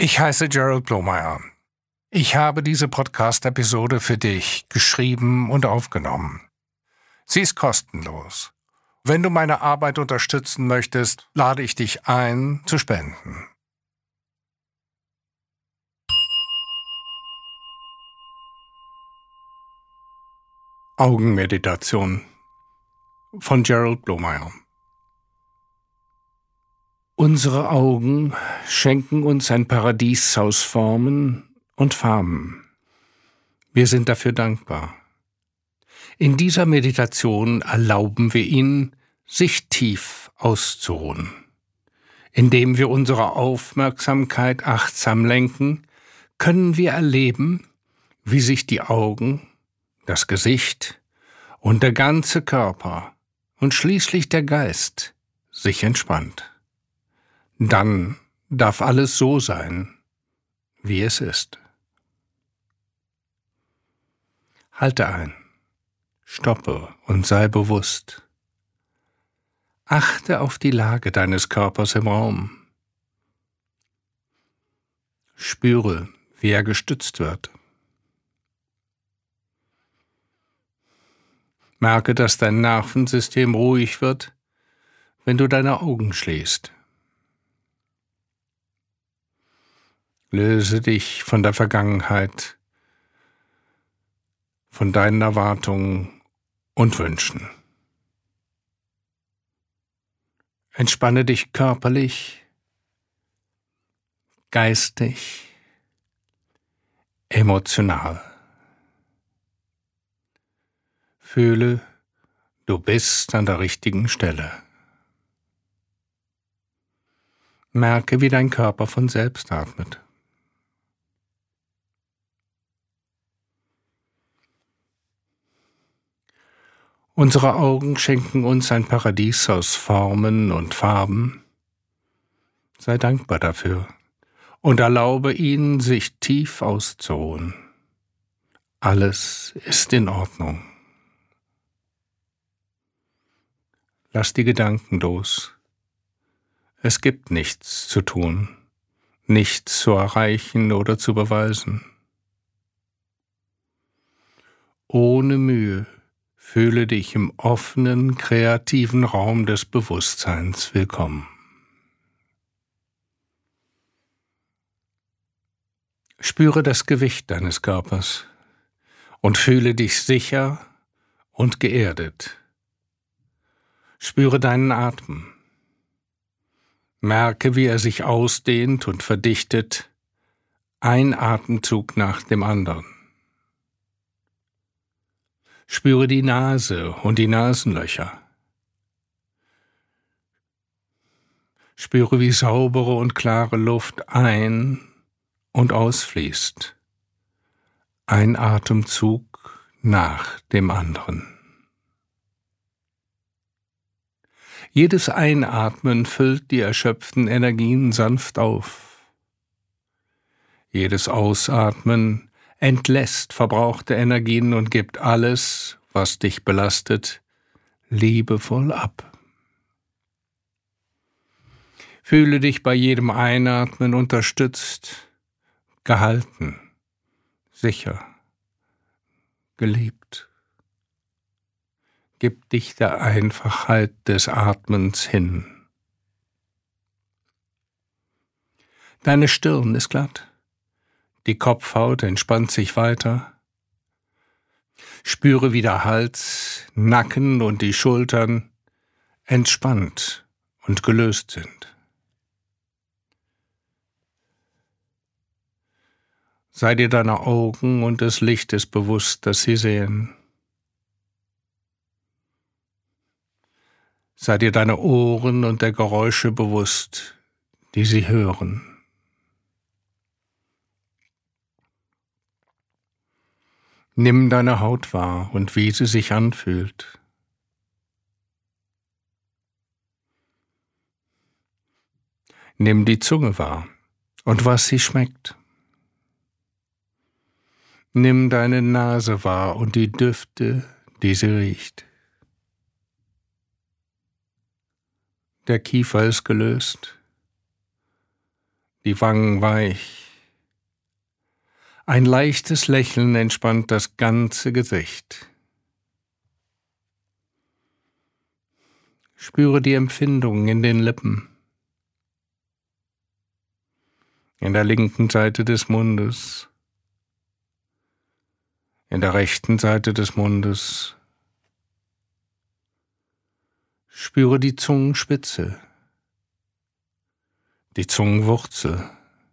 Ich heiße Gerald Blomeyer. Ich habe diese Podcast-Episode für dich geschrieben und aufgenommen. Sie ist kostenlos. Wenn du meine Arbeit unterstützen möchtest, lade ich dich ein, zu spenden. Augenmeditation von Gerald Blomeyer. Unsere Augen schenken uns ein Paradies aus Formen und Farben. Wir sind dafür dankbar. In dieser Meditation erlauben wir ihnen, sich tief auszuruhen. Indem wir unsere Aufmerksamkeit achtsam lenken, können wir erleben, wie sich die Augen, das Gesicht und der ganze Körper und schließlich der Geist sich entspannt. Dann darf alles so sein, wie es ist. Halte ein, stoppe und sei bewusst. Achte auf die Lage deines Körpers im Raum. Spüre, wie er gestützt wird. Merke, dass dein Nervensystem ruhig wird, wenn du deine Augen schließt. Löse dich von der Vergangenheit, von deinen Erwartungen und Wünschen. Entspanne dich körperlich, geistig, emotional. Fühle, du bist an der richtigen Stelle. Merke, wie dein Körper von selbst atmet. Unsere Augen schenken uns ein Paradies aus Formen und Farben. Sei dankbar dafür und erlaube ihnen, sich tief auszuruhen. Alles ist in Ordnung. Lass die Gedanken los. Es gibt nichts zu tun, nichts zu erreichen oder zu beweisen. Ohne Mühe fühle dich im offenen, kreativen Raum des Bewusstseins willkommen. Spüre das Gewicht deines Körpers und fühle dich sicher und geerdet. Spüre deinen Atem. Merke, wie er sich ausdehnt und verdichtet, ein Atemzug nach dem anderen. Spüre die Nase und die Nasenlöcher. Spüre, wie saubere und klare Luft ein- und ausfließt. Ein Atemzug nach dem anderen. Jedes Einatmen füllt die erschöpften Energien sanft auf. Jedes Ausatmen entlässt verbrauchte Energien und gibt alles, was dich belastet, liebevoll ab. Fühle dich bei jedem Einatmen unterstützt, gehalten, sicher, geliebt. Gib dich der Einfachheit des Atmens hin. Deine Stirn ist glatt. Die Kopfhaut entspannt sich weiter. Spüre, wie der Hals, Nacken und die Schultern entspannt und gelöst sind. Sei dir deiner Augen und des Lichtes bewusst, das sie sehen. Sei dir deiner Ohren und der Geräusche bewusst, die sie hören. Nimm deine Haut wahr und wie sie sich anfühlt. Nimm die Zunge wahr und was sie schmeckt. Nimm deine Nase wahr und die Düfte, die sie riecht. Der Kiefer ist gelöst. die Wangen weich. Ein leichtes Lächeln entspannt das ganze Gesicht. Spüre die Empfindung in den Lippen, in der linken Seite des Mundes, in der rechten Seite des Mundes. Spüre die Zungenspitze, die Zungenwurzel.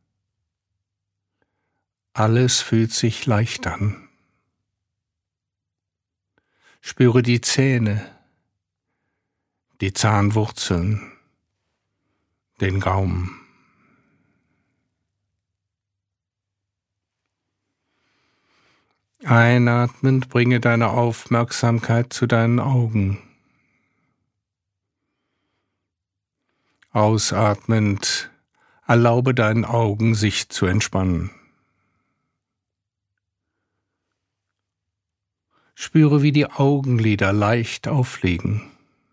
Alles fühlt sich leicht an. Spüre die Zähne, die Zahnwurzeln, den Gaumen. Einatmend bringe deine Aufmerksamkeit zu deinen Augen. Ausatmend erlaube deinen Augen, sich zu entspannen. Spüre, wie die Augenlider leicht aufliegen.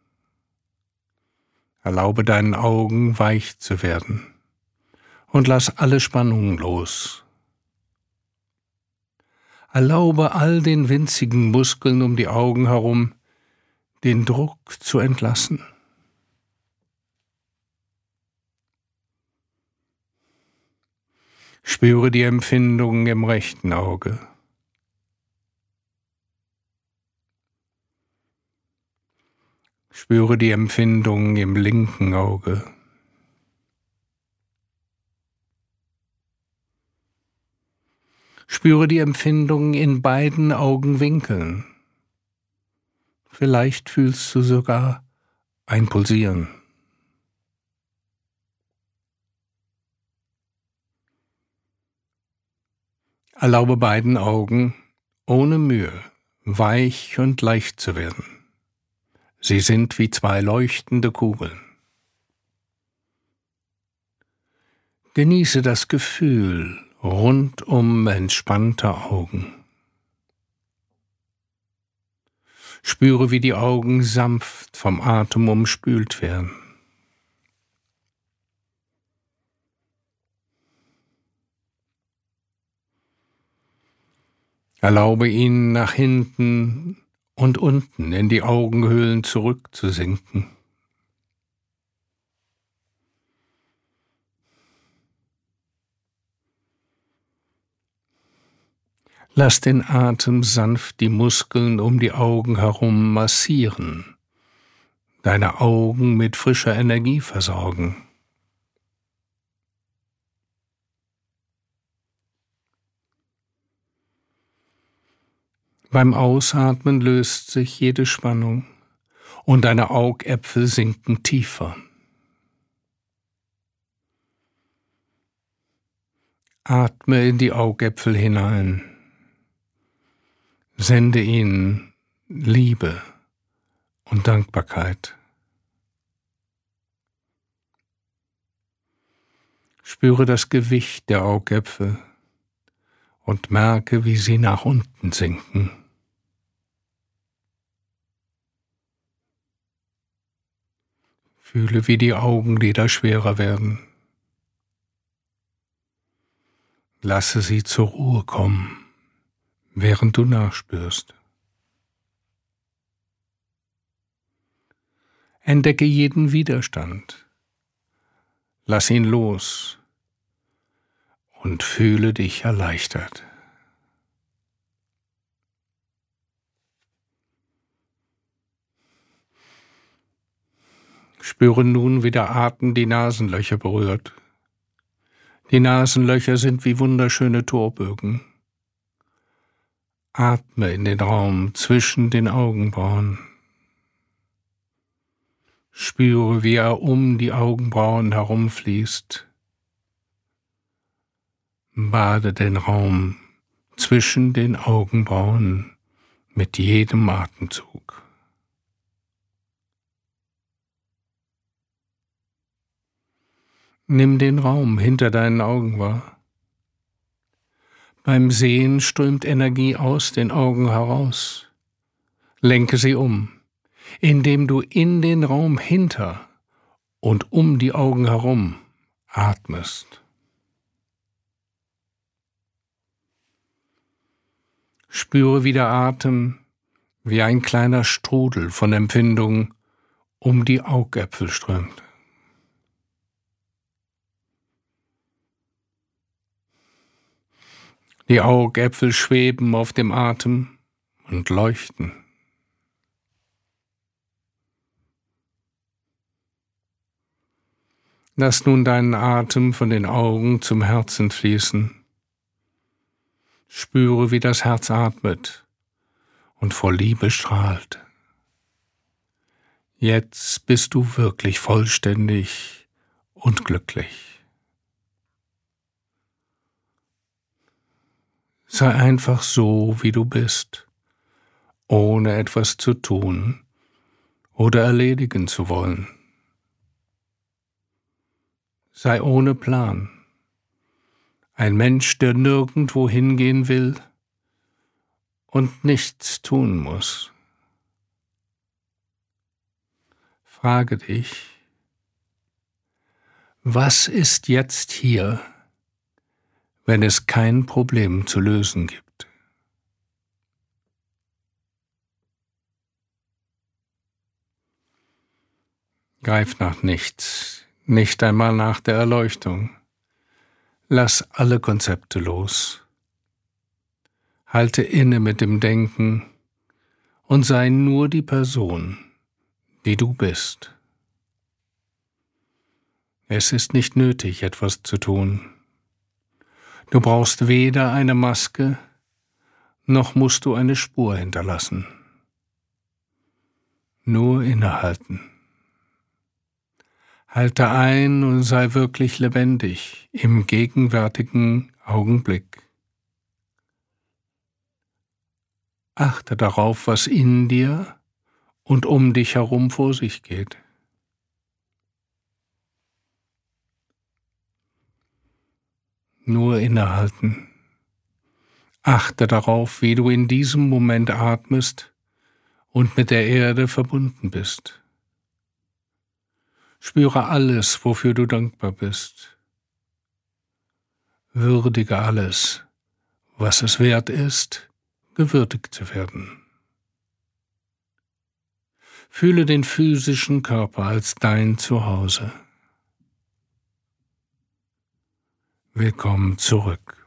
Erlaube deinen Augen, weich zu werden und lass alle Spannungen los. Erlaube all den winzigen Muskeln um die Augen herum, den Druck zu entlassen. Spüre die Empfindung im rechten Auge. Spüre die Empfindung im linken Auge. Spüre die Empfindung in beiden Augenwinkeln. Vielleicht fühlst du sogar ein Pulsieren. Erlaube beiden Augen ohne Mühe weich und leicht zu werden. Sie sind wie zwei leuchtende Kugeln. Genieße das Gefühl rundum entspannter Augen. Spüre, wie die Augen sanft vom Atem umspült werden. Erlaube ihnen nach hinten und unten in die Augenhöhlen zurückzusinken. Lass den Atem sanft die Muskeln um die Augen herum massieren, deine Augen mit frischer Energie versorgen. Beim Ausatmen löst sich jede Spannung und deine Augäpfel sinken tiefer. Atme in die Augäpfel hinein. Sende ihnen Liebe und Dankbarkeit. Spüre das Gewicht der Augäpfel und merke, wie sie nach unten sinken. Fühle, wie die Augenlider schwerer werden. Lasse sie zur Ruhe kommen, während du nachspürst. Entdecke jeden Widerstand. Lass ihn los und fühle dich erleichtert. Spüre nun, wie der Atem die Nasenlöcher berührt. Die Nasenlöcher sind wie wunderschöne Torbögen. Atme in den Raum zwischen den Augenbrauen. Spüre, wie er um die Augenbrauen herumfließt. Bade den Raum zwischen den Augenbrauen mit jedem Atemzug. Nimm den Raum hinter deinen Augen wahr. Beim Sehen strömt Energie aus den Augen heraus. Lenke sie um, indem du in den Raum hinter und um die Augen herum atmest. Spüre, wie der Atem, wie ein kleiner Strudel von Empfindung um die Augäpfel strömt. Die Augäpfel schweben auf dem Atem und leuchten. Lass nun deinen Atem von den Augen zum Herzen fließen. Spüre, wie das Herz atmet und vor Liebe strahlt. Jetzt bist du wirklich vollständig und glücklich. Sei einfach so, wie du bist, ohne etwas zu tun oder erledigen zu wollen. Sei ohne Plan, ein Mensch, der nirgendwo hingehen will und nichts tun muss. Frage dich, was ist jetzt hier, wenn es kein Problem zu lösen gibt? Greif nach nichts, nicht einmal nach der Erleuchtung. Lass alle Konzepte los. Halte inne mit dem Denken und sei nur die Person, die du bist. Es ist nicht nötig, etwas zu tun. Du brauchst weder eine Maske, noch musst du eine Spur hinterlassen. Nur innehalten. Halte ein und sei wirklich lebendig im gegenwärtigen Augenblick. Achte darauf, was in dir und um dich herum vor sich geht. Nur innehalten. Achte darauf, wie du in diesem Moment atmest und mit der Erde verbunden bist. Spüre alles, wofür du dankbar bist. Würdige alles, was es wert ist, gewürdigt zu werden. Fühle den physischen Körper als dein Zuhause. Willkommen zurück.